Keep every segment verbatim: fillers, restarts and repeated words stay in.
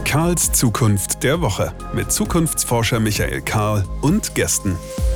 Karls Zukunft der Woche mit Zukunftsforscher Michael Karl und Gästen.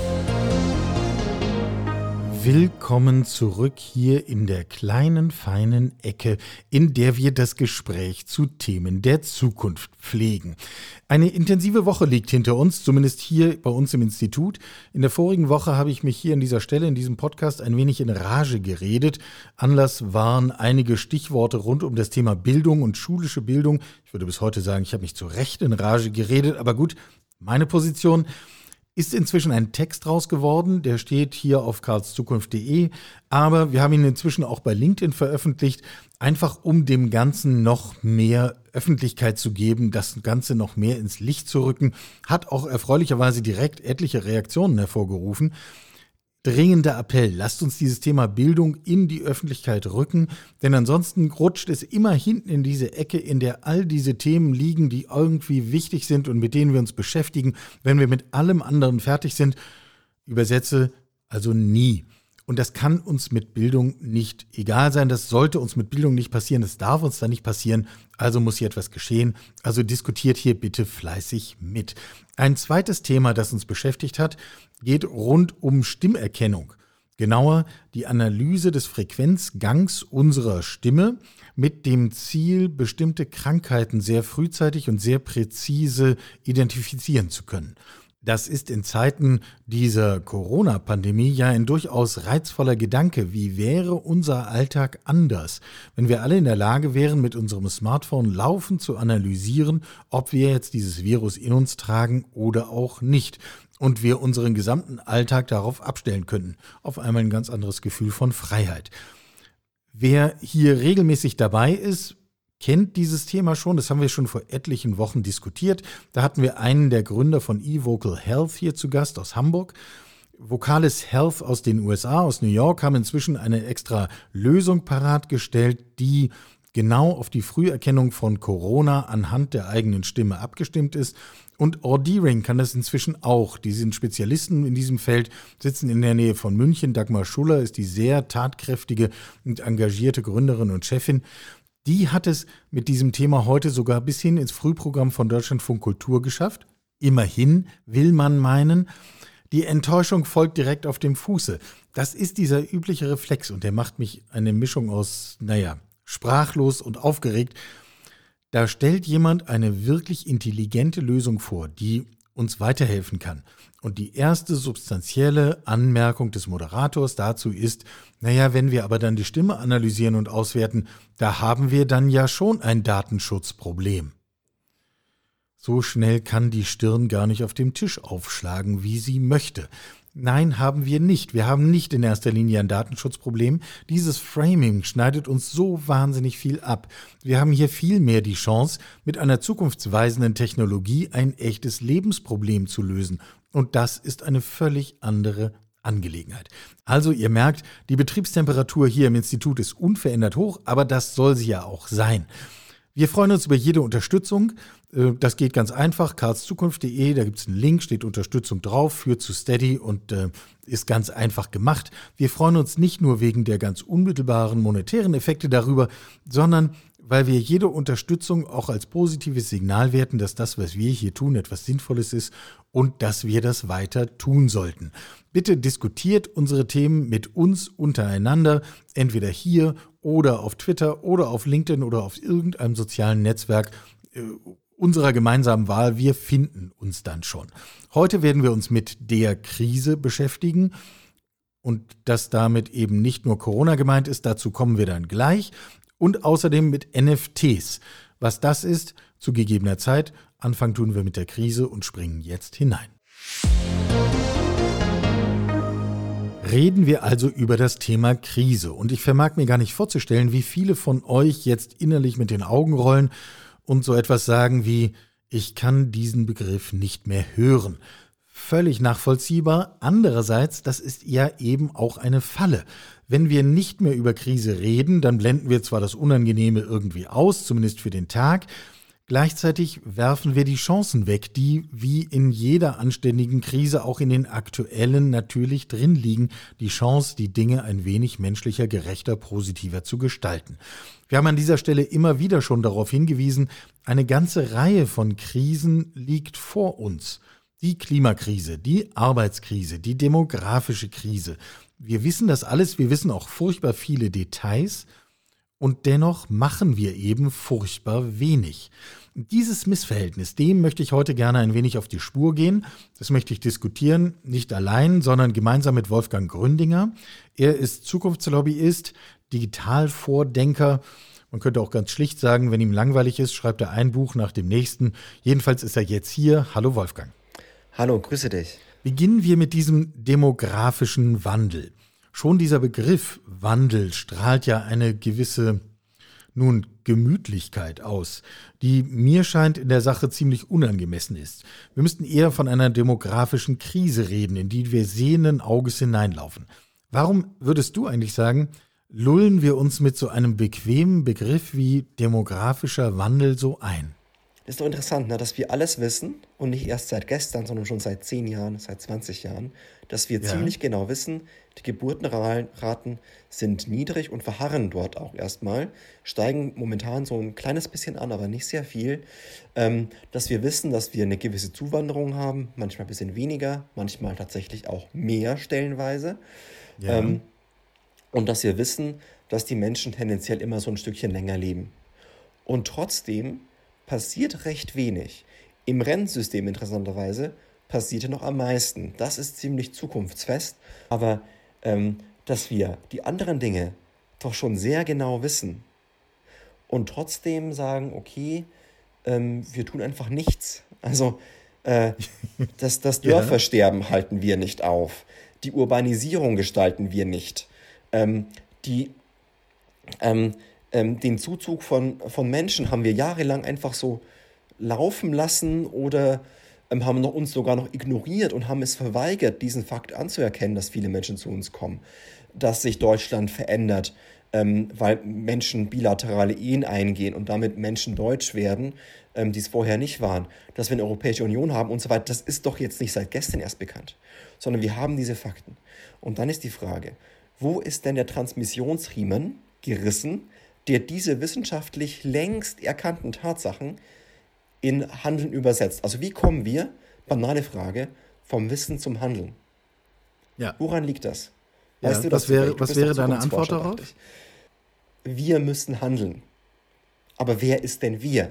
Willkommen zurück hier in der kleinen, feinen Ecke, in der wir das Gespräch zu Themen der Zukunft pflegen. Eine intensive Woche liegt hinter uns, zumindest hier bei uns im Institut. In der vorigen Woche habe ich mich hier an dieser Stelle in diesem Podcast ein wenig in Rage geredet. Anlass waren einige Stichworte rund um das Thema Bildung und schulische Bildung. Ich würde bis heute sagen, ich habe mich zu Recht in Rage geredet, aber gut, meine Position ist inzwischen ein Text raus geworden, der steht hier auf karlszukunft punkt de, aber wir haben ihn inzwischen auch bei LinkedIn veröffentlicht, einfach um dem Ganzen noch mehr Öffentlichkeit zu geben, das Ganze noch mehr ins Licht zu rücken, hat auch erfreulicherweise direkt etliche Reaktionen hervorgerufen. Dringender Appell, lasst uns dieses Thema Bildung in die Öffentlichkeit rücken, denn ansonsten rutscht es immer hinten in diese Ecke, in der all diese Themen liegen, die irgendwie wichtig sind und mit denen wir uns beschäftigen, wenn wir mit allem anderen fertig sind. Übersetze also nie. Und das kann uns mit Bildung nicht egal sein, das sollte uns mit Bildung nicht passieren, das darf uns da nicht passieren, also muss hier etwas geschehen, also diskutiert hier bitte fleißig mit. Ein zweites Thema, das uns beschäftigt hat, geht rund um Stimmerkennung. Genauer die Analyse des Frequenzgangs unserer Stimme mit dem Ziel, bestimmte Krankheiten sehr frühzeitig und sehr präzise identifizieren zu können. Das ist in Zeiten dieser Corona-Pandemie ja ein durchaus reizvoller Gedanke. Wie wäre unser Alltag anders, wenn wir alle in der Lage wären, mit unserem Smartphone laufend zu analysieren, ob wir jetzt dieses Virus in uns tragen oder auch nicht. Und wir unseren gesamten Alltag darauf abstellen könnten. Auf einmal ein ganz anderes Gefühl von Freiheit. Wer hier regelmäßig dabei ist, kennt dieses Thema schon, das haben wir schon vor etlichen Wochen diskutiert. Da hatten wir einen der Gründer von eVocal Health hier zu Gast aus Hamburg. Vocales Health aus den U S A, aus New York, haben inzwischen eine extra Lösung parat gestellt, die genau auf die Früherkennung von Corona anhand der eigenen Stimme abgestimmt ist. Und Audiring kann das inzwischen auch. Die sind Spezialisten in diesem Feld, sitzen in der Nähe von München. Dagmar Schuller ist die sehr tatkräftige und engagierte Gründerin und Chefin. Die hat es mit diesem Thema heute sogar bis hin ins Frühprogramm von Deutschlandfunk Kultur geschafft. Immerhin will man meinen. Die Enttäuschung folgt direkt auf dem Fuße. Das ist dieser übliche Reflex und der macht mich eine Mischung aus, naja, sprachlos und aufgeregt. Da stellt jemand eine wirklich intelligente Lösung vor, die uns weiterhelfen kann. Und die erste substanzielle Anmerkung des Moderators dazu ist, naja, wenn wir aber dann die Stimme analysieren und auswerten, da haben wir dann ja schon ein Datenschutzproblem. So schnell kann die Stirn gar nicht auf dem Tisch aufschlagen, wie sie möchte. Nein, haben wir nicht. Wir haben nicht in erster Linie ein Datenschutzproblem. Dieses Framing schneidet uns so wahnsinnig viel ab. Wir haben hier vielmehr die Chance, mit einer zukunftsweisenden Technologie ein echtes Lebensproblem zu lösen. Und das ist eine völlig andere Angelegenheit. Also ihr merkt, die Betriebstemperatur hier im Institut ist unverändert hoch, aber das soll sie ja auch sein. Wir freuen uns über jede Unterstützung. Das geht ganz einfach, karlszukunft punkt de, da gibt es einen Link, steht Unterstützung drauf, führt zu Steady und äh, ist ganz einfach gemacht. Wir freuen uns nicht nur wegen der ganz unmittelbaren monetären Effekte darüber, sondern weil wir jede Unterstützung auch als positives Signal werten, dass das, was wir hier tun, etwas Sinnvolles ist und dass wir das weiter tun sollten. Bitte diskutiert unsere Themen mit uns untereinander, entweder hier oder auf Twitter oder auf LinkedIn oder auf irgendeinem sozialen Netzwerk äh, unserer gemeinsamen Wahl. Wir finden uns dann schon. Heute werden wir uns mit der Krise beschäftigen und dass damit eben nicht nur Corona gemeint ist, dazu kommen wir dann gleich. Und außerdem mit N F Ts. Was das ist, zu gegebener Zeit. Anfangen tun wir mit der Krise und springen jetzt hinein. Reden wir also über das Thema Krise. Und ich vermag mir gar nicht vorzustellen, wie viele von euch jetzt innerlich mit den Augen rollen und so etwas sagen wie, ich kann diesen Begriff nicht mehr hören. Völlig nachvollziehbar. Andererseits, das ist ja eben auch eine Falle. Wenn wir nicht mehr über Krise reden, dann blenden wir zwar das Unangenehme irgendwie aus, zumindest für den Tag. Gleichzeitig werfen wir die Chancen weg, die wie in jeder anständigen Krise auch in den aktuellen natürlich drin liegen. Die Chance, die Dinge ein wenig menschlicher, gerechter, positiver zu gestalten. Wir haben an dieser Stelle immer wieder schon darauf hingewiesen, Eine ganze Reihe von Krisen liegt vor uns. Die Klimakrise, die Arbeitskrise, die demografische Krise. Wir wissen das alles, wir wissen auch furchtbar viele Details und dennoch machen wir eben furchtbar wenig. Dieses Missverhältnis, dem möchte ich heute gerne ein wenig auf die Spur gehen. Das möchte ich diskutieren, nicht allein, sondern gemeinsam mit Wolfgang Gründinger. Er ist Zukunftslobbyist, Digitalvordenker. Man könnte auch ganz schlicht sagen, wenn ihm langweilig ist, schreibt er ein Buch nach dem nächsten. Jedenfalls ist er jetzt hier. Hallo Wolfgang. Hallo, grüße dich. Beginnen wir mit diesem demografischen Wandel. Schon dieser Begriff Wandel strahlt ja eine gewisse, nun, Gemütlichkeit aus, die mir scheint in der Sache ziemlich unangemessen ist. Wir müssten eher von einer demografischen Krise reden, in die wir sehenden Auges hineinlaufen. Warum würdest du eigentlich sagen, lullen wir uns mit so einem bequemen Begriff wie demografischer Wandel so ein? Das ist doch interessant, ne, dass wir alles wissen und nicht erst seit gestern, sondern schon seit zehn Jahren, seit zwanzig Jahren, dass wir ja. ziemlich genau wissen, die Geburtenraten sind niedrig und verharren dort auch erstmal, steigen momentan so ein kleines bisschen an, aber nicht sehr viel, ähm, dass wir wissen, dass wir eine gewisse Zuwanderung haben, manchmal ein bisschen weniger, manchmal tatsächlich auch mehr stellenweise, ja. ähm, und dass wir wissen, dass die Menschen tendenziell immer so ein Stückchen länger leben. Und trotzdem passiert recht wenig. Im Rentensystem interessanterweise passierte noch am meisten. Das ist ziemlich zukunftsfest. Aber ähm, dass wir die anderen Dinge doch schon sehr genau wissen und trotzdem sagen, okay, ähm, wir tun einfach nichts. Also äh, das, das Dörfersterben ja. halten wir nicht auf. Die Urbanisierung gestalten wir nicht. Ähm, die ähm, Ähm, den Zuzug von, von Menschen haben wir jahrelang einfach so laufen lassen oder ähm, haben noch, uns sogar noch ignoriert und haben es verweigert, diesen Fakt anzuerkennen, dass viele Menschen zu uns kommen, dass sich Deutschland verändert, ähm, weil Menschen bilaterale Ehen eingehen und damit Menschen deutsch werden, ähm, die es vorher nicht waren, dass wir eine Europäische Union haben und so weiter. Das ist doch jetzt nicht seit gestern erst bekannt, sondern wir haben diese Fakten. Und dann ist die Frage, wo ist denn der Transmissionsriemen gerissen, der diese wissenschaftlich längst erkannten Tatsachen in Handeln übersetzt. Also wie kommen wir, banale Frage, vom Wissen zum Handeln? Ja. Woran liegt das? Weißt ja, du das was wäre, was wäre deine Antwort darauf? Wir müssen handeln. Aber wer ist denn wir?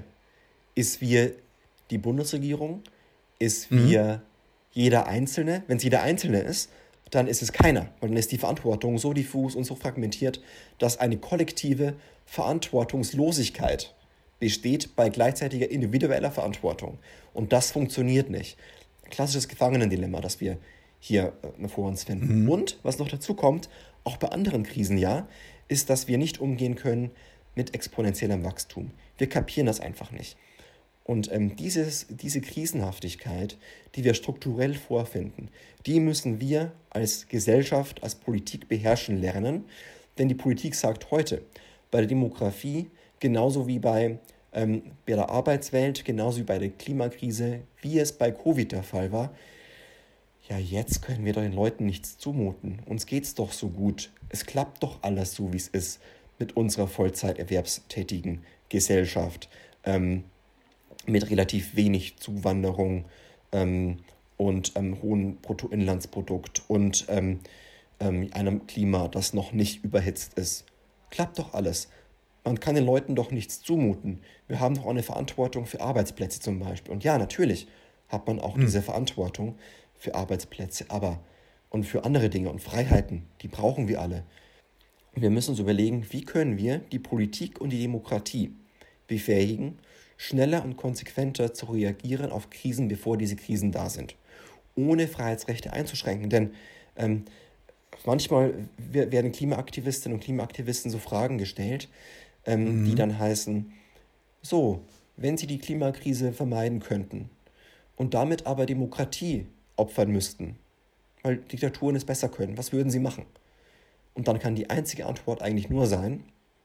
Ist wir die Bundesregierung? Ist mhm. wir jeder Einzelne? Wenn es jeder Einzelne ist, dann ist es keiner. Und dann ist die Verantwortung so diffus und so fragmentiert, dass eine kollektive Verantwortungslosigkeit besteht bei gleichzeitiger individueller Verantwortung. Und das funktioniert nicht. Klassisches Gefangenendilemma, das wir hier äh, vor uns finden. Mhm. Und, was noch dazu kommt, auch bei anderen Krisen ja, ist, dass wir nicht umgehen können mit exponentiellem Wachstum. Wir kapieren das einfach nicht. Und ähm, dieses, diese Krisenhaftigkeit, die wir strukturell vorfinden, die müssen wir als Gesellschaft, als Politik beherrschen lernen. Denn die Politik sagt heute, bei der Demografie, genauso wie bei, ähm, bei der Arbeitswelt, genauso wie bei der Klimakrise, wie es bei Covid der Fall war, ja, jetzt können wir doch den Leuten nichts zumuten. Uns geht's doch so gut. Es klappt doch alles so, wie es ist mit unserer Vollzeiterwerbstätigen Gesellschaft. Ähm, mit relativ wenig Zuwanderung ähm, und ähm, hohem Bruttoinlandsprodukt und ähm, ähm, einem Klima, das noch nicht überhitzt ist. Klappt doch alles. Man kann den Leuten doch nichts zumuten. Wir haben doch auch eine Verantwortung für Arbeitsplätze zum Beispiel. Und ja, natürlich hat man auch hm. diese Verantwortung für Arbeitsplätze, aber und für andere Dinge und Freiheiten, die brauchen wir alle. Wir müssen uns überlegen, wie können wir die Politik und die Demokratie befähigen, schneller und konsequenter zu reagieren auf Krisen, bevor diese Krisen da sind, ohne Freiheitsrechte einzuschränken. Denn ähm, manchmal werden Klimaaktivistinnen und Klimaaktivisten so Fragen gestellt, ähm, mhm. die dann heißen, so, wenn sie die Klimakrise vermeiden könnten und damit aber Demokratie opfern müssten, weil Diktaturen es besser können, was würden sie machen? Und dann kann die einzige Antwort eigentlich nur sein,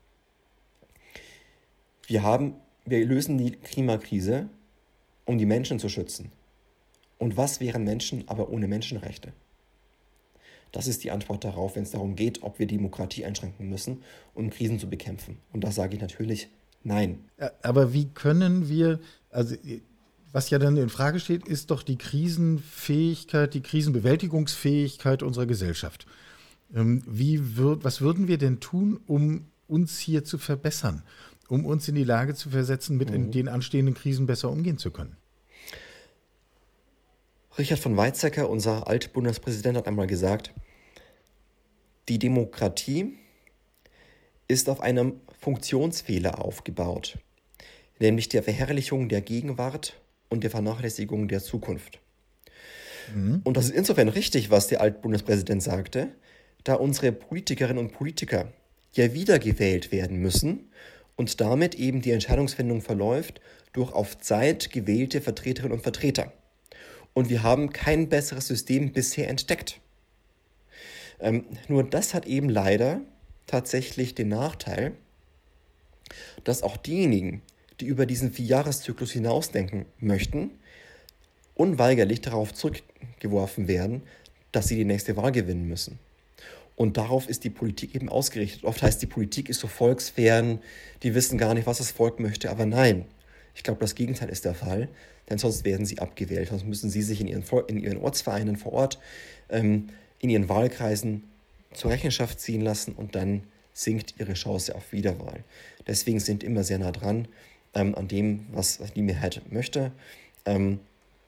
wir haben Wir lösen die Klimakrise, um die Menschen zu schützen. Und was wären Menschen aber ohne Menschenrechte? Das ist die Antwort darauf, wenn es darum geht, ob wir Demokratie einschränken müssen, um Krisen zu bekämpfen. Und da sage ich natürlich Nein. Aber wie können wir, also was ja dann in Frage steht, ist doch die Krisenfähigkeit, die Krisenbewältigungsfähigkeit unserer Gesellschaft. Wie würd, was würden wir denn tun, um uns hier zu verbessern, um uns in die Lage zu versetzen, mit mhm. in den anstehenden Krisen besser umgehen zu können? Richard von Weizsäcker, unser Altbundespräsident, hat einmal gesagt, die Demokratie ist auf einem Funktionsfehler aufgebaut, nämlich der Verherrlichung der Gegenwart und der Vernachlässigung der Zukunft. Mhm. Und das ist insofern richtig, was der Altbundespräsident sagte, da unsere Politikerinnen und Politiker ja wiedergewählt werden müssen und damit eben die Entscheidungsfindung verläuft durch auf Zeit gewählte Vertreterinnen und Vertreter. Und wir haben kein besseres System bisher entdeckt. Ähm, nur das hat eben leider tatsächlich den Nachteil, dass auch diejenigen, die über diesen Vierjahreszyklus hinausdenken möchten, unweigerlich darauf zurückgeworfen werden, dass sie die nächste Wahl gewinnen müssen. Und darauf ist die Politik eben ausgerichtet. Oft heißt, die Politik ist so volksfern, die wissen gar nicht, was das Volk möchte. Aber nein, ich glaube, das Gegenteil ist der Fall, denn sonst werden sie abgewählt. Sonst müssen sie sich in ihren, in ihren Ortsvereinen vor Ort, ähm, in ihren Wahlkreisen zur Rechenschaft ziehen lassen und dann sinkt ihre Chance auf Wiederwahl. Deswegen sind immer sehr nah dran ähm, an dem, was die Mehrheit möchte. Ähm,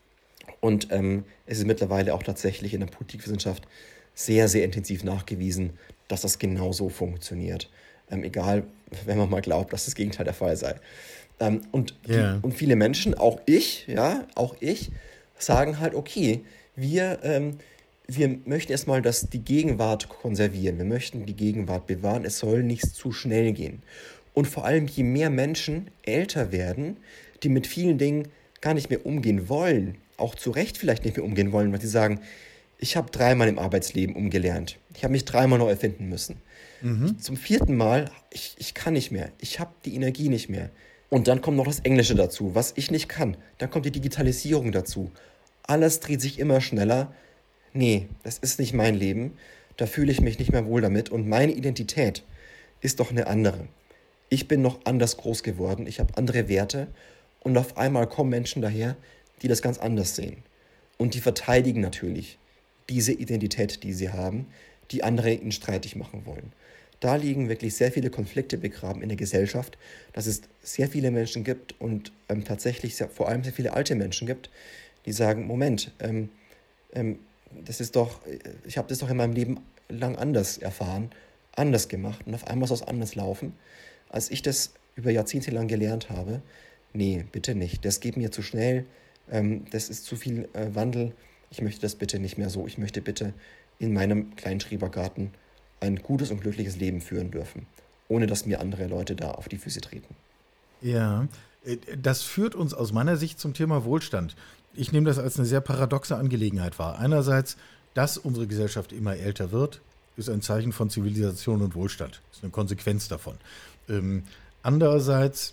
und ähm, es ist mittlerweile auch tatsächlich in der Politikwissenschaft sehr, sehr intensiv nachgewiesen, dass das genau so funktioniert. Ähm, egal, wenn man mal glaubt, dass das Gegenteil der Fall sei. Ähm, und, yeah. die, und viele Menschen, auch ich, ja, auch ich, sagen halt, okay, wir, ähm, wir möchten erstmal dass die Gegenwart konservieren, wir möchten die Gegenwart bewahren, es soll nicht zu schnell gehen. Und vor allem, je mehr Menschen älter werden, die mit vielen Dingen gar nicht mehr umgehen wollen, auch zu Recht vielleicht nicht mehr umgehen wollen, weil sie sagen, ich habe dreimal im Arbeitsleben umgelernt, ich habe mich dreimal neu erfinden müssen. Mhm. Zum vierten Mal, ich, ich kann nicht mehr, ich habe die Energie nicht mehr. Und dann kommt noch das Englische dazu, was ich nicht kann. Dann kommt die Digitalisierung dazu. Alles dreht sich immer schneller. Nee, das ist nicht mein Leben. Da fühle ich mich nicht mehr wohl damit. Und meine Identität ist doch eine andere. Ich bin noch anders groß geworden. Ich habe andere Werte. Und auf einmal kommen Menschen daher, die das ganz anders sehen. Und die verteidigen natürlich diese Identität, die sie haben, die andere ihnen streitig machen wollen. Da liegen wirklich sehr viele Konflikte begraben in der Gesellschaft, dass es sehr viele Menschen gibt und ähm, tatsächlich sehr, vor allem sehr viele alte Menschen gibt, die sagen, Moment, ähm, ähm, das ist doch, ich habe das doch in meinem Leben lang anders erfahren, anders gemacht und auf einmal soll es anders laufen, als ich das über Jahrzehnte lang gelernt habe. Nee, bitte nicht, das geht mir zu schnell, ähm, das ist zu viel äh, Wandel, ich möchte das bitte nicht mehr so, ich möchte bitte in meinem kleinen Schrebergarten ein gutes und glückliches Leben führen dürfen, ohne dass mir andere Leute da auf die Füße treten. Ja, das führt uns aus meiner Sicht zum Thema Wohlstand. Ich nehme das als eine sehr paradoxe Angelegenheit wahr. Einerseits, dass unsere Gesellschaft immer älter wird, ist ein Zeichen von Zivilisation und Wohlstand. Das ist eine Konsequenz davon. Ähm, andererseits,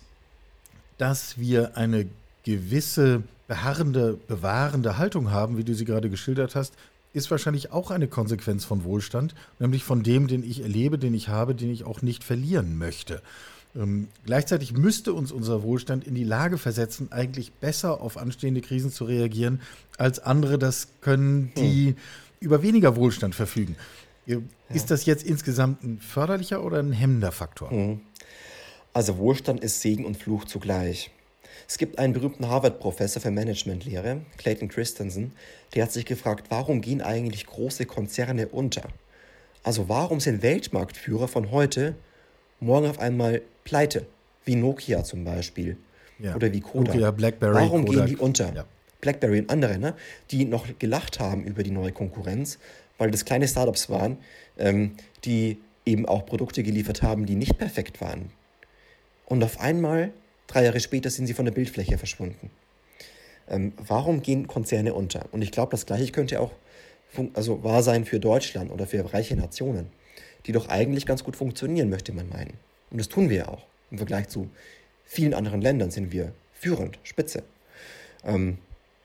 dass wir eine gewisse beharrende, bewahrende Haltung haben, wie du sie gerade geschildert hast, ist wahrscheinlich auch eine Konsequenz von Wohlstand, nämlich von dem, den ich erlebe, den ich habe, den ich auch nicht verlieren möchte. Ähm, gleichzeitig müsste uns unser Wohlstand in die Lage versetzen, eigentlich besser auf anstehende Krisen zu reagieren, als andere das können, die hm. über weniger Wohlstand verfügen. Ist ja. das jetzt insgesamt ein förderlicher oder ein hemmender Faktor? Hm. Also Wohlstand ist Segen und Fluch zugleich. Es gibt einen berühmten Harvard-Professor für Managementlehre, Clayton Christensen, der hat sich gefragt, warum gehen eigentlich große Konzerne unter? Also warum sind Weltmarktführer von heute morgen auf einmal pleite? Wie Nokia zum Beispiel ja. oder wie Kodak. Nokia, BlackBerry, warum Kodak. gehen die unter? Ja. BlackBerry und andere, ne? Die noch gelacht haben über die neue Konkurrenz, weil das kleine Startups waren, ähm, die eben auch Produkte geliefert haben, die nicht perfekt waren. Und auf einmal Drei Jahre später sind sie von der Bildfläche verschwunden. Ähm, warum gehen Konzerne unter? Und ich glaube, das Gleiche könnte auch fun- also wahr sein für Deutschland oder für reiche Nationen, die doch eigentlich ganz gut funktionieren, möchte man meinen. Und das tun wir ja auch. Im Vergleich zu vielen anderen Ländern sind wir führend, spitze. Ähm,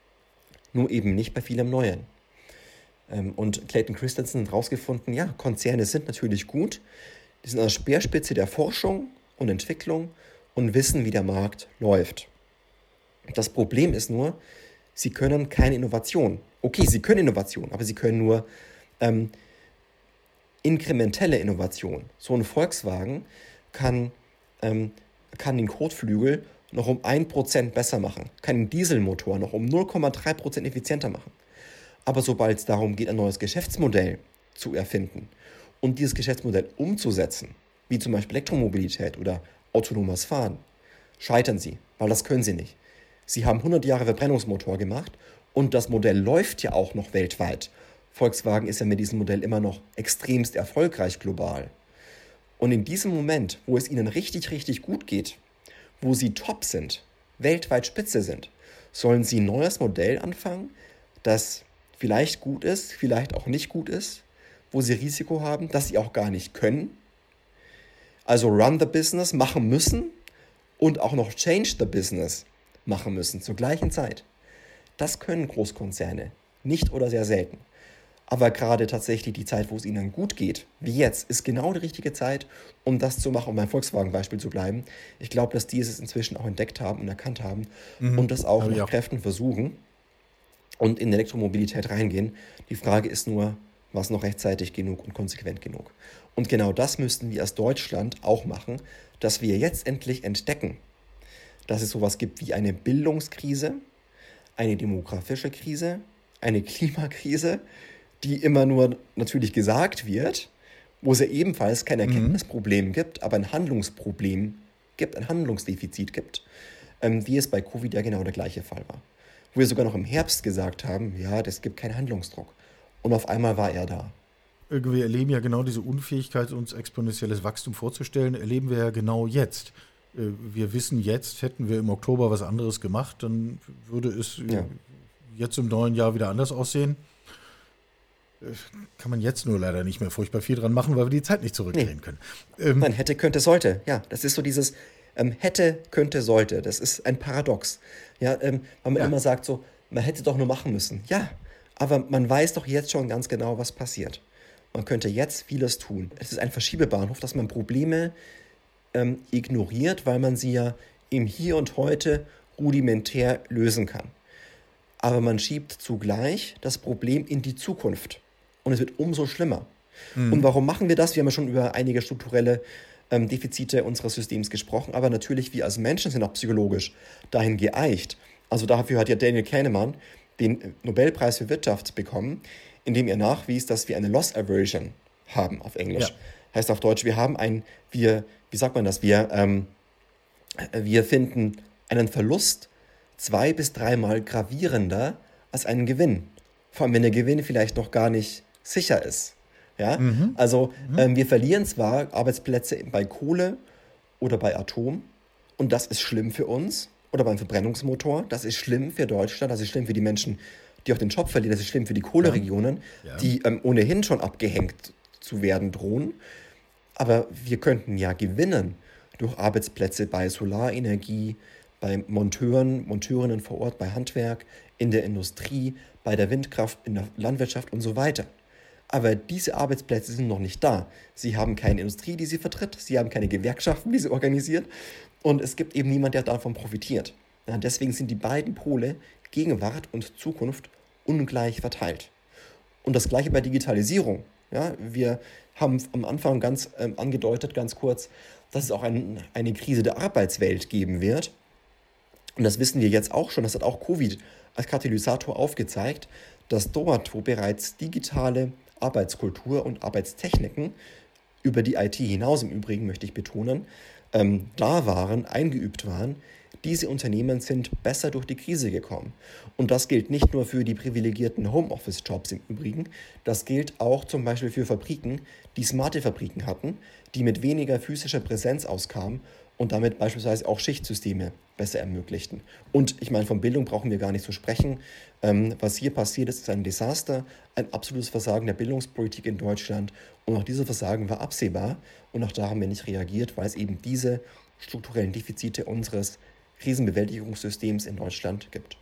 nur eben nicht bei vielem Neuen. Ähm, und Clayton Christensen hat herausgefunden, ja, Konzerne sind natürlich gut. Die sind an der Speerspitze der Forschung und Entwicklung und wissen, wie der Markt läuft. Das Problem ist nur, sie können keine Innovation. Okay, sie können Innovation, aber sie können nur ähm, inkrementelle Innovation. So ein Volkswagen kann, ähm, kann den Kotflügel noch um ein Prozent besser machen, kann den Dieselmotor noch um null Komma drei Prozent effizienter machen. Aber sobald es darum geht, ein neues Geschäftsmodell zu erfinden und dieses Geschäftsmodell umzusetzen, wie zum Beispiel Elektromobilität oder autonomes Fahren, scheitern sie, weil das können sie nicht. Sie haben hundert Jahre Verbrennungsmotor gemacht und das Modell läuft ja auch noch weltweit. Volkswagen ist ja mit diesem Modell immer noch extremst erfolgreich global. Und in diesem Moment, wo es ihnen richtig, richtig gut geht, wo sie top sind, weltweit Spitze sind, sollen sie ein neues Modell anfangen, das vielleicht gut ist, vielleicht auch nicht gut ist, wo sie Risiko haben, das sie auch gar nicht können. Also run the business machen müssen und auch noch change the business machen müssen zur gleichen Zeit. Das können Großkonzerne nicht oder sehr selten. Aber gerade tatsächlich die Zeit, wo es ihnen gut geht, wie jetzt, ist genau die richtige Zeit, um das zu machen, um beim Volkswagen-Beispiel zu bleiben. Ich glaube, dass die es inzwischen auch entdeckt haben und erkannt haben mhm. und das auch mit Kräften versuchen und in Elektromobilität reingehen. Die Frage ist nur, was noch rechtzeitig genug und konsequent genug. Und genau das müssten wir als Deutschland auch machen, dass wir jetzt endlich entdecken, dass es sowas gibt wie eine Bildungskrise, eine demografische Krise, eine Klimakrise, die immer nur natürlich gesagt wird, wo es ja ebenfalls kein Erkenntnisproblem mhm. gibt, aber ein Handlungsproblem gibt, ein Handlungsdefizit gibt, ähm, wie es bei Covid ja genau der gleiche Fall war. Wo wir sogar noch im Herbst gesagt haben, ja, das gibt keinen Handlungsdruck. Und auf einmal war er da. Wir erleben ja genau diese Unfähigkeit, uns exponentielles Wachstum vorzustellen, erleben wir ja genau jetzt. Wir wissen jetzt, hätten wir im Oktober was anderes gemacht, dann würde es ja. jetzt im neuen Jahr wieder anders aussehen. Kann man jetzt nur leider nicht mehr furchtbar viel dran machen, weil wir die Zeit nicht zurückdrehen nee. können. Ähm, Nein, hätte, könnte, sollte. Ja, das ist so dieses ähm, hätte, könnte, sollte. Das ist ein Paradox. Ja, ähm, weil man ja. immer sagt so, man hätte doch nur machen müssen. Ja, aber man weiß doch jetzt schon ganz genau, was passiert. Man könnte jetzt vieles tun. Es ist ein Verschiebebahnhof, dass man Probleme ähm, ignoriert, weil man sie ja im Hier und Heute rudimentär lösen kann. Aber man schiebt zugleich das Problem in die Zukunft. Und es wird umso schlimmer. Mhm. Und warum machen wir das? Wir haben ja schon über einige strukturelle ähm, Defizite unseres Systems gesprochen, aber natürlich, wir als Menschen sind auch psychologisch dahin geeicht. Also dafür hat ja Daniel Kahneman den Nobelpreis für Wirtschaft bekommen, indem er nachwies, dass wir eine Loss Aversion haben auf Englisch. Ja. Heißt auf Deutsch, wir haben ein, wir, wie sagt man das, wir, ähm, wir finden einen Verlust zwei- bis dreimal gravierender als einen Gewinn. Vor allem, wenn der Gewinn vielleicht noch gar nicht sicher ist. Ja? Mhm. Also mhm. Ähm, wir verlieren zwar Arbeitsplätze bei Kohle oder bei Atom und das ist schlimm für uns, oder beim Verbrennungsmotor, das ist schlimm für Deutschland, das ist schlimm für die Menschen, die auch den Job verlieren, das ist schlimm für die Kohleregionen, ja. Ja. die ähm, ohnehin schon abgehängt zu werden drohen. Aber wir könnten ja gewinnen durch Arbeitsplätze bei Solarenergie, bei Monteuren, Monteurinnen vor Ort, bei Handwerk, in der Industrie, bei der Windkraft, in der Landwirtschaft und so weiter. Aber diese Arbeitsplätze sind noch nicht da. Sie haben keine Industrie, die sie vertritt, sie haben keine Gewerkschaften, die sie organisiert und es gibt eben niemand, der davon profitiert. Ja, deswegen sind die beiden Pole, Gegenwart und Zukunft, ungleich verteilt. Und das Gleiche bei Digitalisierung. Ja, wir haben am Anfang ganz ähm, angedeutet, ganz kurz, dass es auch ein, eine Krise der Arbeitswelt geben wird. Und das wissen wir jetzt auch schon, das hat auch Covid als Katalysator aufgezeigt, dass dort, wo bereits digitale Arbeitskultur und Arbeitstechniken über die I T hinaus im Übrigen, möchte ich betonen, ähm, da waren, eingeübt waren, diese Unternehmen sind besser durch die Krise gekommen. Und das gilt nicht nur für die privilegierten Homeoffice-Jobs im Übrigen, das gilt auch zum Beispiel für Fabriken, die smarte Fabriken hatten, die mit weniger physischer Präsenz auskamen und damit beispielsweise auch Schichtsysteme besser ermöglichten. Und ich meine, von Bildung brauchen wir gar nicht zu sprechen. Ähm, was hier passiert ist, ist ein Desaster, ein absolutes Versagen der Bildungspolitik in Deutschland. Und auch dieses Versagen war absehbar. Und auch da haben wir nicht reagiert, weil es eben diese strukturellen Defizite unseres Krisenbewältigungssystems in Deutschland gibt.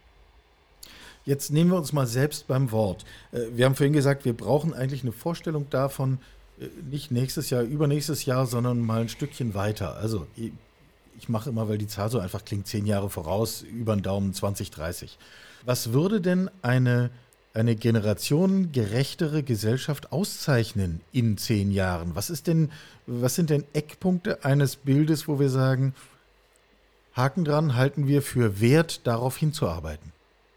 Jetzt nehmen wir uns mal selbst beim Wort. Wir haben vorhin gesagt, wir brauchen eigentlich eine Vorstellung davon, nicht nächstes Jahr, übernächstes Jahr, sondern mal ein Stückchen weiter. Also ich mache immer, weil die Zahl so einfach klingt, zehn Jahre voraus, über den Daumen zwanzig dreißig. Was würde denn eine, eine generationengerechtere Gesellschaft auszeichnen in zehn Jahren? Was ist denn, was sind denn Eckpunkte eines Bildes, wo wir sagen, Haken dran, halten wir für wert, darauf hinzuarbeiten?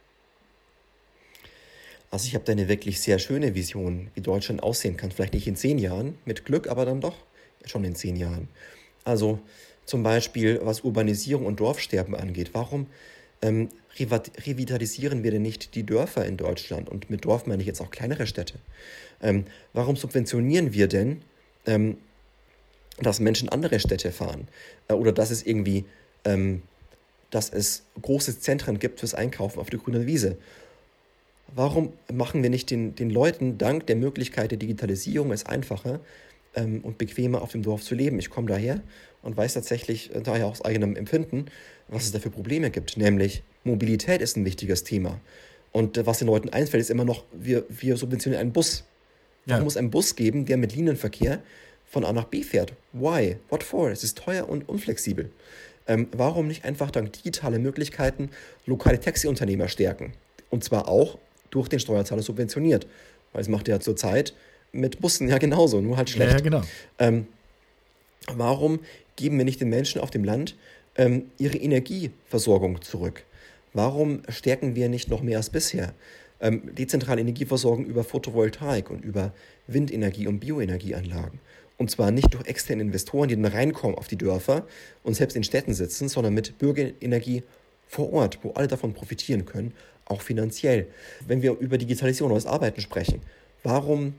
Also ich habe da eine wirklich sehr schöne Vision, wie Deutschland aussehen kann. Vielleicht nicht in zehn Jahren, mit Glück, aber dann doch schon in zehn Jahren. Also zum Beispiel, was Urbanisierung und Dorfsterben angeht. Warum ähm, revitalisieren wir denn nicht die Dörfer in Deutschland? Und mit Dorf meine ich jetzt auch kleinere Städte. Ähm, warum subventionieren wir denn, ähm, dass Menschen andere Städte fahren? Äh, oder dass es irgendwie, ähm, dass es große Zentren gibt fürs Einkaufen auf der grünen Wiese? Warum machen wir nicht den, den Leuten dank der Möglichkeit der Digitalisierung es einfacher ähm, und bequemer auf dem Dorf zu leben? Ich komme daher und weiß tatsächlich äh, daher aus eigenem Empfinden, was es da für Probleme gibt. Nämlich Mobilität ist ein wichtiges Thema. Und äh, was den Leuten einfällt, ist immer noch, wir, wir subventionieren einen Bus. Warum Ja. muss einen Bus geben, der mit Linienverkehr von A nach B fährt? Why? What for? Es ist teuer und unflexibel. Ähm, warum nicht einfach dank digitaler Möglichkeiten lokale Taxiunternehmer stärken? Und zwar auch durch den Steuerzahler subventioniert. Weil es macht ja zurzeit mit Bussen ja genauso, nur halt Ja, schlecht. ja, genau. Ähm, warum geben wir nicht den Menschen auf dem Land ähm, ihre Energieversorgung zurück? Warum stärken wir nicht noch mehr als bisher ähm, dezentrale Energieversorgung über Photovoltaik und über Windenergie- und Bioenergieanlagen? Und zwar nicht durch externe Investoren, die dann reinkommen auf die Dörfer und selbst in Städten sitzen, sondern mit Bürgerenergie vor Ort, wo alle davon profitieren können, auch finanziell. Wenn wir über Digitalisierung und neues Arbeiten sprechen, warum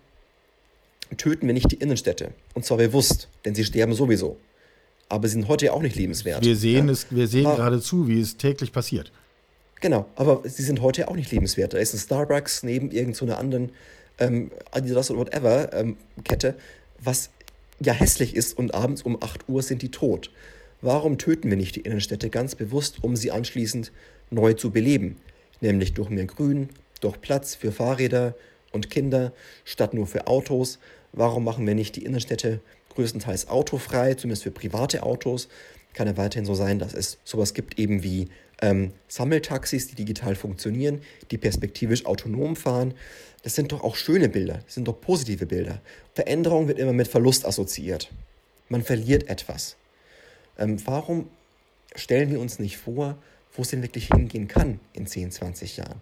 töten wir nicht die Innenstädte? Und zwar bewusst, denn sie sterben sowieso. Aber sie sind heute ja auch nicht lebenswert. Wir sehen, ja? es, wir sehen Warum? gerade zu, wie es täglich passiert. Genau, aber sie sind heute auch nicht lebenswert. Da ist ein Starbucks neben irgendeiner anderen ähm, Adidas oder whatever ähm, Kette, was ja hässlich ist und abends um acht Uhr sind die tot. Warum töten wir nicht die Innenstädte ganz bewusst, um sie anschließend neu zu beleben? Nämlich durch mehr Grün, durch Platz für Fahrräder und Kinder, statt nur für Autos. Warum machen wir nicht die Innenstädte größtenteils autofrei, zumindest für private Autos? Kann ja weiterhin so sein, dass es sowas gibt eben wie ähm, Sammeltaxis, die digital funktionieren, die perspektivisch autonom fahren. Das sind doch auch schöne Bilder, das sind doch positive Bilder. Veränderung wird immer mit Verlust assoziiert. Man verliert etwas. Ähm, warum stellen wir uns nicht vor, wo es denn wirklich hingehen kann in zehn, zwanzig Jahren?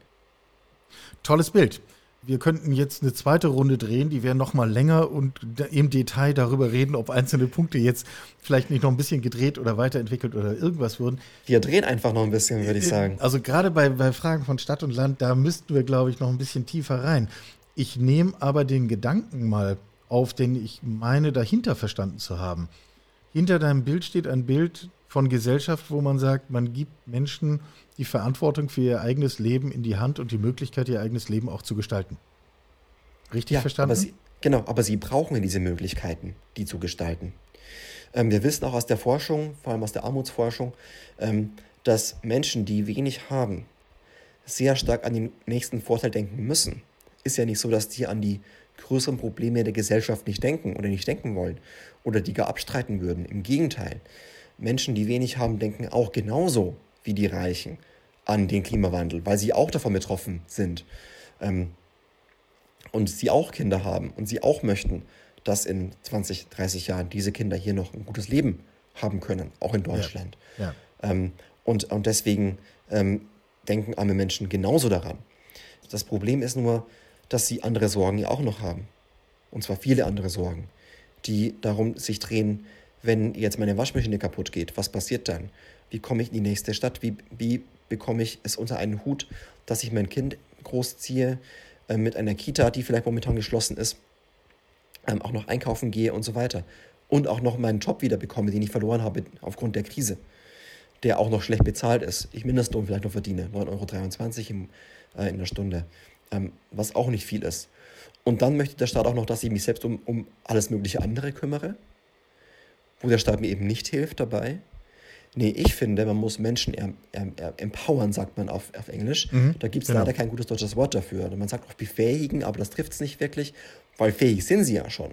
Tolles Bild. Wir könnten jetzt eine zweite Runde drehen, die wäre noch mal länger und da- im Detail darüber reden, ob einzelne Punkte jetzt vielleicht nicht noch ein bisschen gedreht oder weiterentwickelt oder irgendwas würden. Wir drehen einfach noch ein bisschen, würde ich sagen. Also gerade bei, bei Fragen von Stadt und Land, da müssten wir, glaube ich, noch ein bisschen tiefer rein. Ich nehme aber den Gedanken mal auf, den ich meine, dahinter verstanden zu haben. Hinter deinem Bild steht ein Bild von Gesellschaft, wo man sagt, man gibt Menschen die Verantwortung für ihr eigenes Leben in die Hand und die Möglichkeit, ihr eigenes Leben auch zu gestalten. Richtig verstanden? Aber sie, genau, aber sie brauchen ja diese Möglichkeiten, die zu gestalten. Ähm, wir wissen auch aus der Forschung, vor allem aus der Armutsforschung, ähm, dass Menschen, die wenig haben, sehr stark an den nächsten Vorteil denken müssen. Ist ja nicht so, dass die an die größeren Probleme der Gesellschaft nicht denken oder nicht denken wollen oder die gar abstreiten würden. Im Gegenteil, Menschen, die wenig haben, denken auch genauso wie die Reichen an den Klimawandel, weil sie auch davon betroffen sind. Ähm, und sie auch Kinder haben und sie auch möchten, dass in zwanzig, dreißig Jahren diese Kinder hier noch ein gutes Leben haben können, auch in Deutschland. Ja, ja. Ähm, und, und deswegen ähm, denken arme Menschen genauso daran. Das Problem ist nur, dass sie andere Sorgen ja auch noch haben. Und zwar viele andere Sorgen, die darum sich drehen, wenn jetzt meine Waschmaschine kaputt geht, was passiert dann? Wie komme ich in die nächste Stadt? Wie, wie bekomme ich es unter einen Hut, dass ich mein Kind großziehe, äh, mit einer Kita, die vielleicht momentan geschlossen ist, ähm, auch noch einkaufen gehe und so weiter. Und auch noch meinen Job wieder bekomme, den ich verloren habe aufgrund der Krise, der auch noch schlecht bezahlt ist. Ich Mindestlohn vielleicht noch verdiene, neun Euro dreiundzwanzig im, äh, in der Stunde, ähm, was auch nicht viel ist. Und dann möchte der Staat auch noch, dass ich mich selbst um, um alles mögliche andere kümmere, wo der Staat mir eben nicht hilft dabei. Nee, ich finde, man muss Menschen er, er, er, empowern, sagt man auf, auf Englisch. Mhm, Da gibt es genau. leider kein gutes deutsches Wort dafür. Man sagt auch befähigen, aber das trifft es nicht wirklich, weil fähig sind sie ja schon.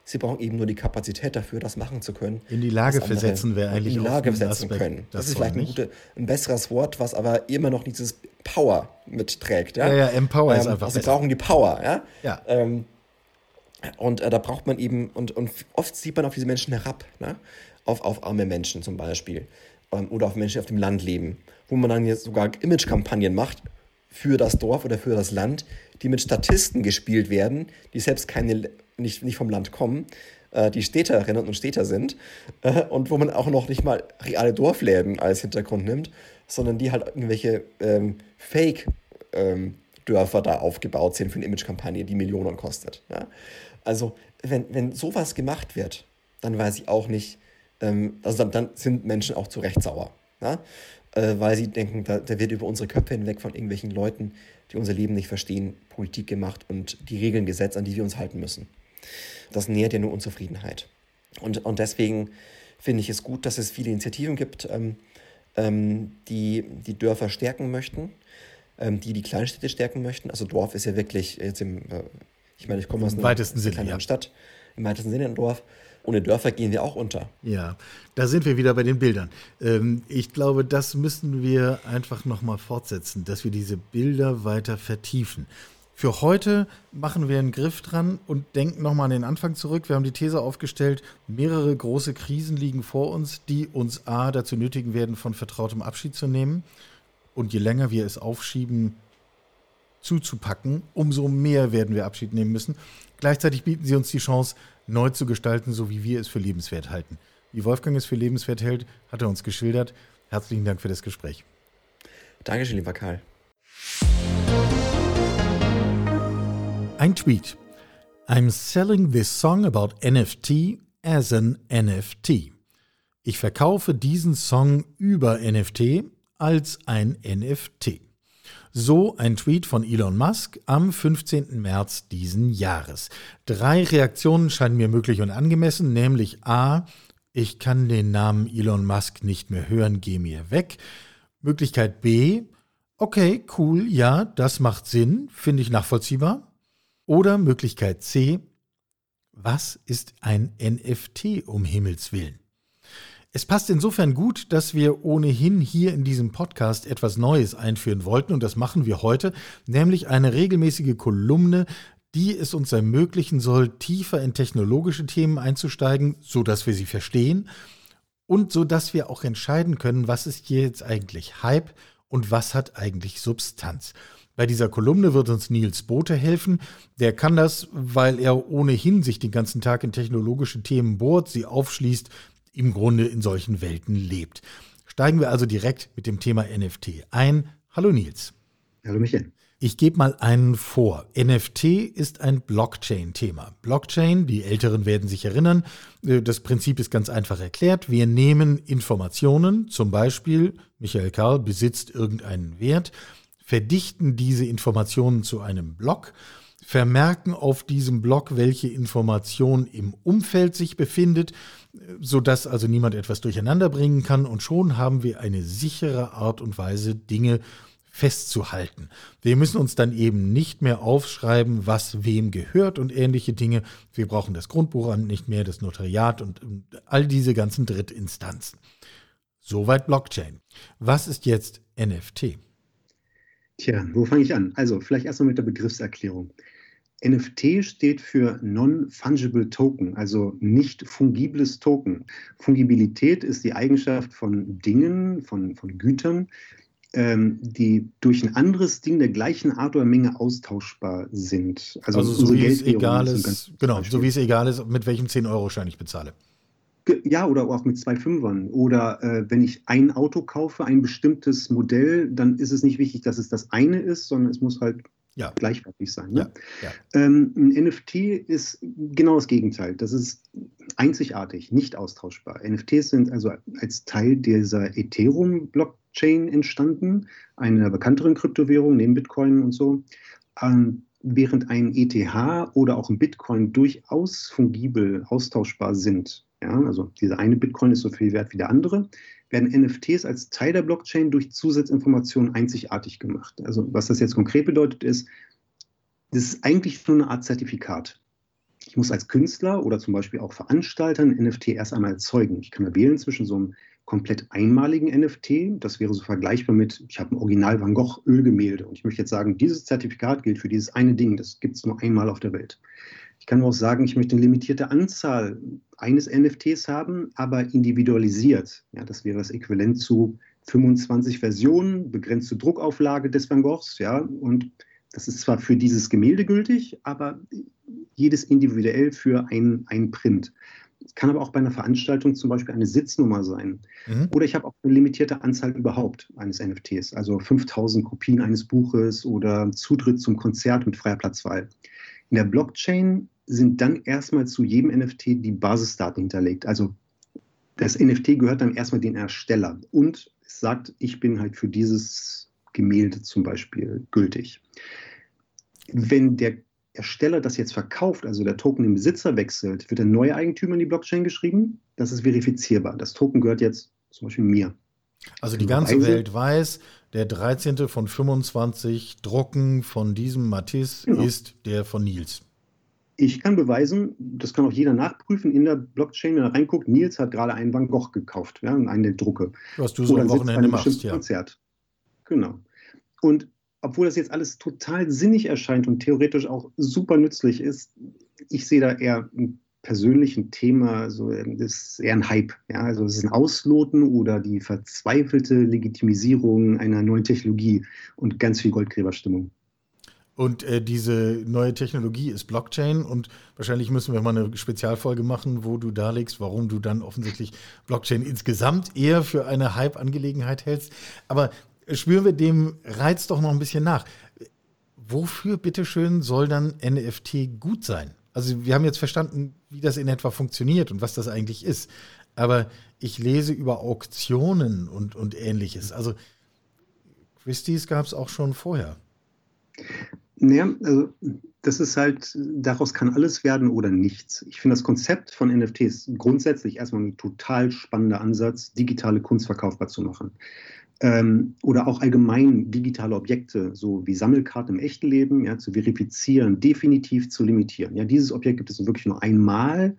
Sie brauchen eben nur die Kapazität dafür, das machen zu können. In die Lage was andere versetzen wäre eigentlich in die auch Lage ein versetzen Aspekt können. Das ist davon, vielleicht ein, nicht? gute, ein besseres Wort, was aber immer noch dieses Power mitträgt. Ja, Ja, ja, Empower ist ähm, einfach also sie besser. brauchen die Power. Ja, Ja. ähm, und äh, da braucht man eben, und, und oft sieht man auf diese Menschen herab, ne? auf, auf arme Menschen zum Beispiel ähm, oder auf Menschen, die auf dem Land leben, wo man dann jetzt sogar Imagekampagnen macht für das Dorf oder für das Land, die mit Statisten gespielt werden, die selbst keine, nicht, nicht vom Land kommen, äh, die Städterinnen und Städter sind äh, und wo man auch noch nicht mal reale Dorfläden als Hintergrund nimmt, sondern die halt irgendwelche ähm, Fake-Dörfer ähm, da aufgebaut sind für eine Imagekampagne, die Millionen kostet. Ja? Also wenn, wenn sowas gemacht wird, dann weiß ich auch nicht, ähm, also dann, dann sind Menschen auch zu Recht sauer. Ja? Äh, weil sie denken, da, da wird über unsere Köpfe hinweg von irgendwelchen Leuten, die unser Leben nicht verstehen, Politik gemacht und die Regeln gesetzt, an die wir uns halten müssen. Das nährt ja nur Unzufriedenheit. Und, und deswegen finde ich es gut, dass es viele Initiativen gibt, ähm, ähm, die die Dörfer stärken möchten, ähm, die die Kleinstädte stärken möchten. Also Dorf ist ja wirklich jetzt im, äh, ich meine, ich komme aus einer weitesten Sinne, kleineren ja. Stadt, im weitesten Sinne ein Dorf. Ohne Dörfer gehen wir auch unter. Ja, da sind wir wieder bei den Bildern. Ähm, ich glaube, das müssen wir einfach nochmal fortsetzen, dass wir diese Bilder weiter vertiefen. Für heute machen wir einen Griff dran und denken nochmal an den Anfang zurück. Wir haben die These aufgestellt, mehrere große Krisen liegen vor uns, die uns A dazu nötigen werden, von vertrautem Abschied zu nehmen. Und je länger wir es aufschieben, zuzupacken, umso mehr werden wir Abschied nehmen müssen. Gleichzeitig bieten sie uns die Chance, neu zu gestalten, so wie wir es für lebenswert halten. Wie Wolfgang es für lebenswert hält, hat er uns geschildert. Herzlichen Dank für das Gespräch. Dankeschön, lieber Karl. Ein Tweet. I'm selling this song about N F T as an N F T. Ich verkaufe diesen Song über N F T als ein N F T. So ein Tweet von Elon Musk am fünfzehnten März diesen Jahres. Drei Reaktionen scheinen mir möglich und angemessen, nämlich A, ich kann den Namen Elon Musk nicht mehr hören, geh mir weg. Möglichkeit B, okay, cool, ja, das macht Sinn, finde ich nachvollziehbar. Oder Möglichkeit C, was ist ein N F T um Himmels Willen? Es passt insofern gut, dass wir ohnehin hier in diesem Podcast etwas Neues einführen wollten und das machen wir heute, nämlich eine regelmäßige Kolumne, die es uns ermöglichen soll, tiefer in technologische Themen einzusteigen, sodass wir sie verstehen und sodass wir auch entscheiden können, was ist hier jetzt eigentlich Hype und was hat eigentlich Substanz. Bei dieser Kolumne wird uns Niels Bothe helfen. Der kann das, weil er ohnehin sich den ganzen Tag in technologische Themen bohrt, sie aufschließt, im Grunde in solchen Welten lebt. Steigen wir also direkt mit dem Thema N F T ein. Hallo Nils. Hallo Michael. Ich gebe mal einen vor. N F T ist ein Blockchain-Thema. Blockchain, die Älteren werden sich erinnern, das Prinzip ist ganz einfach erklärt. Wir nehmen Informationen, zum Beispiel Michael Karl besitzt irgendeinen Wert, verdichten diese Informationen zu einem Block, vermerken auf diesem Block, welche Information im Umfeld sich befindet, sodass also niemand etwas durcheinander bringen kann und schon haben wir eine sichere Art und Weise, Dinge festzuhalten. Wir müssen uns dann eben nicht mehr aufschreiben, was wem gehört und ähnliche Dinge. Wir brauchen das Grundbuchamt nicht mehr, das Notariat und all diese ganzen Drittinstanzen. Soweit Blockchain. Was ist jetzt N F T? Tja, wo fange ich an? Also vielleicht erstmal mit der Begriffserklärung. N F T steht für Non-Fungible Token, also nicht fungibles Token. Fungibilität ist die Eigenschaft von Dingen, von, von Gütern, ähm, die durch ein anderes Ding der gleichen Art oder Menge austauschbar sind. Also, also so, wie es egal ist, ist, genau, so wie es egal ist, mit welchem zehn-Euro-Schein ich bezahle. Ja, oder auch mit zwei Fünfern. Oder äh, wenn ich ein Auto kaufe, ein bestimmtes Modell, dann ist es nicht wichtig, dass es das eine ist, sondern es muss halt ja gleichwertig sein. Ne? Ja, ja. Ähm, ein N F T ist genau das Gegenteil. Das ist einzigartig, nicht austauschbar. N F Ts sind also als Teil dieser Ethereum-Blockchain entstanden, einer bekannteren Kryptowährung neben Bitcoin und so. Ähm, während ein E T H oder auch ein Bitcoin durchaus fungibel austauschbar sind. Ja, also dieser eine Bitcoin ist so viel wert wie der andere, werden N F Ts als Teil der Blockchain durch Zusatzinformationen einzigartig gemacht. Also was das jetzt konkret bedeutet ist, das ist eigentlich nur eine Art Zertifikat. Ich muss als Künstler oder zum Beispiel auch Veranstalter ein N F T erst einmal erzeugen. Ich kann da wählen zwischen so einem komplett einmaligen N F T, das wäre so vergleichbar mit, ich habe ein Original Van Gogh Ölgemälde und ich möchte jetzt sagen, dieses Zertifikat gilt für dieses eine Ding, das gibt es nur einmal auf der Welt. Ich kann auch sagen, ich möchte eine limitierte Anzahl eines N F Ts haben, aber individualisiert. Ja, das wäre das Äquivalent zu fünfundzwanzig Versionen, begrenzte Druckauflage des Van Goghs. Ja, und das ist zwar für dieses Gemälde gültig, aber jedes individuell für ein, ein Print. Es kann aber auch bei einer Veranstaltung zum Beispiel eine Sitznummer sein. Mhm. Oder ich habe auch eine limitierte Anzahl überhaupt eines N F Ts, also fünftausend Kopien eines Buches oder Zutritt zum Konzert mit freier Platzwahl. In der Blockchain sind dann erstmal zu jedem N F T die Basisdaten hinterlegt. Also das N F T gehört dann erstmal dem Ersteller und es sagt, ich bin halt für dieses Gemälde zum Beispiel gültig. Wenn der Ersteller das jetzt verkauft, also der Token den Besitzer wechselt, wird der neue Eigentümer in die Blockchain geschrieben. Das ist verifizierbar. Das Token gehört jetzt zum Beispiel mir. Also die ganze Welt weiß, der dreizehnte von fünfundzwanzig Drucken von diesem Matisse genau. ist der von Nils. Ich kann beweisen, das kann auch jeder nachprüfen in der Blockchain, wenn er reinguckt, Nils hat gerade einen Van Gogh gekauft, ja, einen der Drucke. Was du so am Wochenende machst, ja. Konzert. Genau. Und obwohl das jetzt alles total sinnig erscheint und theoretisch auch super nützlich ist, ich sehe da eher ein persönlichen Thema, also das ist eher ein Hype. Ja? Also es ist ein Ausloten oder die verzweifelte Legitimisierung einer neuen Technologie und ganz viel Goldgräberstimmung. Und äh, diese neue Technologie ist Blockchain und wahrscheinlich müssen wir mal eine Spezialfolge machen, wo du darlegst, warum du dann offensichtlich Blockchain insgesamt eher für eine Hype-Angelegenheit hältst. Aber spüren wir dem Reiz doch noch ein bisschen nach. Wofür, bitteschön, soll dann N F T gut sein? Also wir haben jetzt verstanden, wie das in etwa funktioniert und was das eigentlich ist. Aber ich lese über Auktionen und, und Ähnliches. Also Christie's gab es auch schon vorher. Naja, also das ist halt, daraus kann alles werden oder nichts. Ich finde das Konzept von N F Ts grundsätzlich erstmal ein total spannender Ansatz, digitale Kunst verkaufbar zu machen. Ähm, oder auch allgemein digitale Objekte, so wie Sammelkarten im echten Leben, ja, zu verifizieren, definitiv zu limitieren. Ja, dieses Objekt gibt es wirklich nur einmal,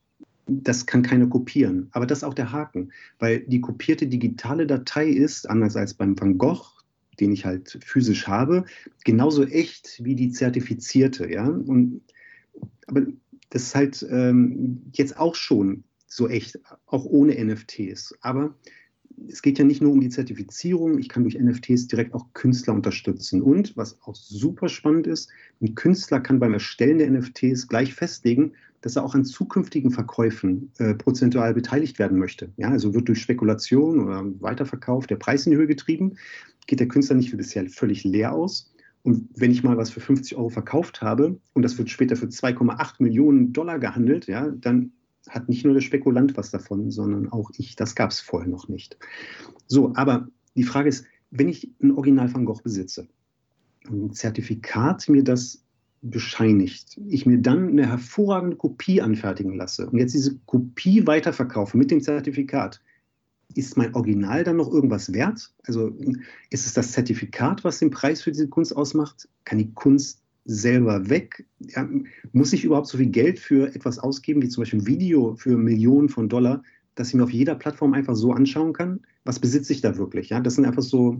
das kann keiner kopieren. Aber das ist auch der Haken, weil die kopierte digitale Datei ist, anders als beim Van Gogh, den ich halt physisch habe, genauso echt wie die zertifizierte. Ja? Und, aber das ist halt ähm, jetzt auch schon so echt, auch ohne N F Ts. Aber es geht ja nicht nur um die Zertifizierung, ich kann durch N F Ts direkt auch Künstler unterstützen. Und was auch super spannend ist, ein Künstler kann beim Erstellen der N F Ts gleich festlegen, dass er auch an zukünftigen Verkäufen äh, prozentual beteiligt werden möchte. Ja, also wird durch Spekulation oder Weiterverkauf der Preis in die Höhe getrieben, geht der Künstler nicht wie bisher völlig leer aus. Und wenn ich mal was für fünfzig Euro verkauft habe und das wird später für zwei Komma acht Millionen Dollar gehandelt, ja, dann hat nicht nur der Spekulant was davon, sondern auch ich. Das gab es vorher noch nicht. So, aber die Frage ist, wenn ich ein Original Van Gogh besitze und ein Zertifikat mir das bescheinigt, ich mir dann eine hervorragende Kopie anfertigen lasse und jetzt diese Kopie weiterverkaufe mit dem Zertifikat, ist mein Original dann noch irgendwas wert? Also ist es das Zertifikat, was den Preis für diese Kunst ausmacht? Kann die Kunst selber weg? Ja, muss ich überhaupt so viel Geld für etwas ausgeben, wie zum Beispiel ein Video für Millionen von Dollar, dass ich mir auf jeder Plattform einfach so anschauen kann? Was besitze ich da wirklich? Ja, das sind einfach so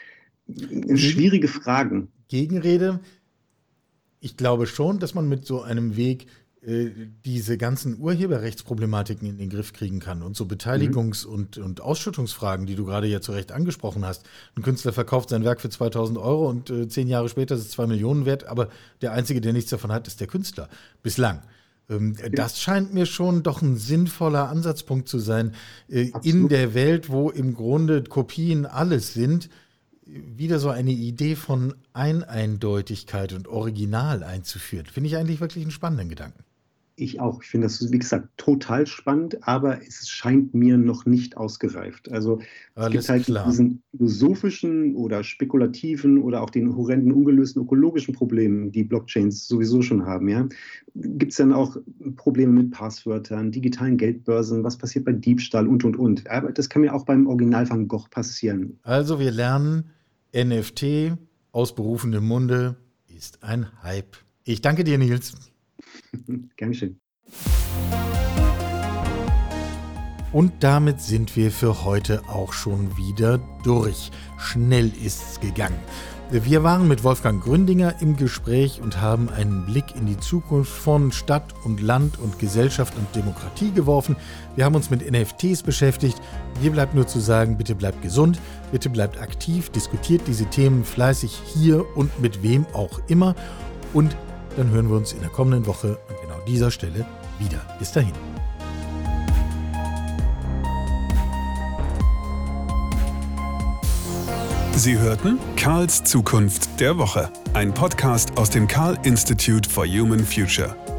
schwierige Fragen. Gegenrede. Ich glaube schon, dass man mit so einem Weg äh, diese ganzen Urheberrechtsproblematiken in den Griff kriegen kann und so Beteiligungs- mhm. und, und Ausschüttungsfragen, die du gerade ja zu Recht angesprochen hast. Ein Künstler verkauft sein Werk für zweitausend Euro und äh, zehn Jahre später ist es zwei Millionen wert, aber der Einzige, der nichts davon hat, ist der Künstler. Bislang. Ähm, ja. Das scheint mir schon doch ein sinnvoller Ansatzpunkt zu sein, äh, in der Welt, wo im Grunde Kopien alles sind, wieder so eine Idee von Eineindeutigkeit und Original einzuführen. Finde ich eigentlich wirklich einen spannenden Gedanken. Ich auch. Ich finde das, wie gesagt, total spannend, aber es scheint mir noch nicht ausgereift. Also es Alles gibt halt klar. diesen philosophischen oder spekulativen oder auch den horrenden, ungelösten ökologischen Problemen, die Blockchains sowieso schon haben. Ja? Gibt es dann auch Probleme mit Passwörtern, digitalen Geldbörsen, was passiert bei Diebstahl und, und, und. Aber das kann mir auch beim Original Van Gogh passieren. Also wir lernen, N F T aus berufendem Munde ist ein Hype. Ich danke dir, Nils. Gern geschehen. Und damit sind wir für heute auch schon wieder durch. Schnell ist's gegangen. Wir waren mit Wolfgang Gründinger im Gespräch und haben einen Blick in die Zukunft von Stadt und Land und Gesellschaft und Demokratie geworfen. Wir haben uns mit N F Ts beschäftigt. Mir bleibt nur zu sagen, bitte bleibt gesund, bitte bleibt aktiv, diskutiert diese Themen fleißig hier und mit wem auch immer. Und dann hören wir uns in der kommenden Woche an genau dieser Stelle wieder. Bis dahin. Sie hörten Karls Zukunft der Woche, ein Podcast aus dem Karl Institute for Human Future.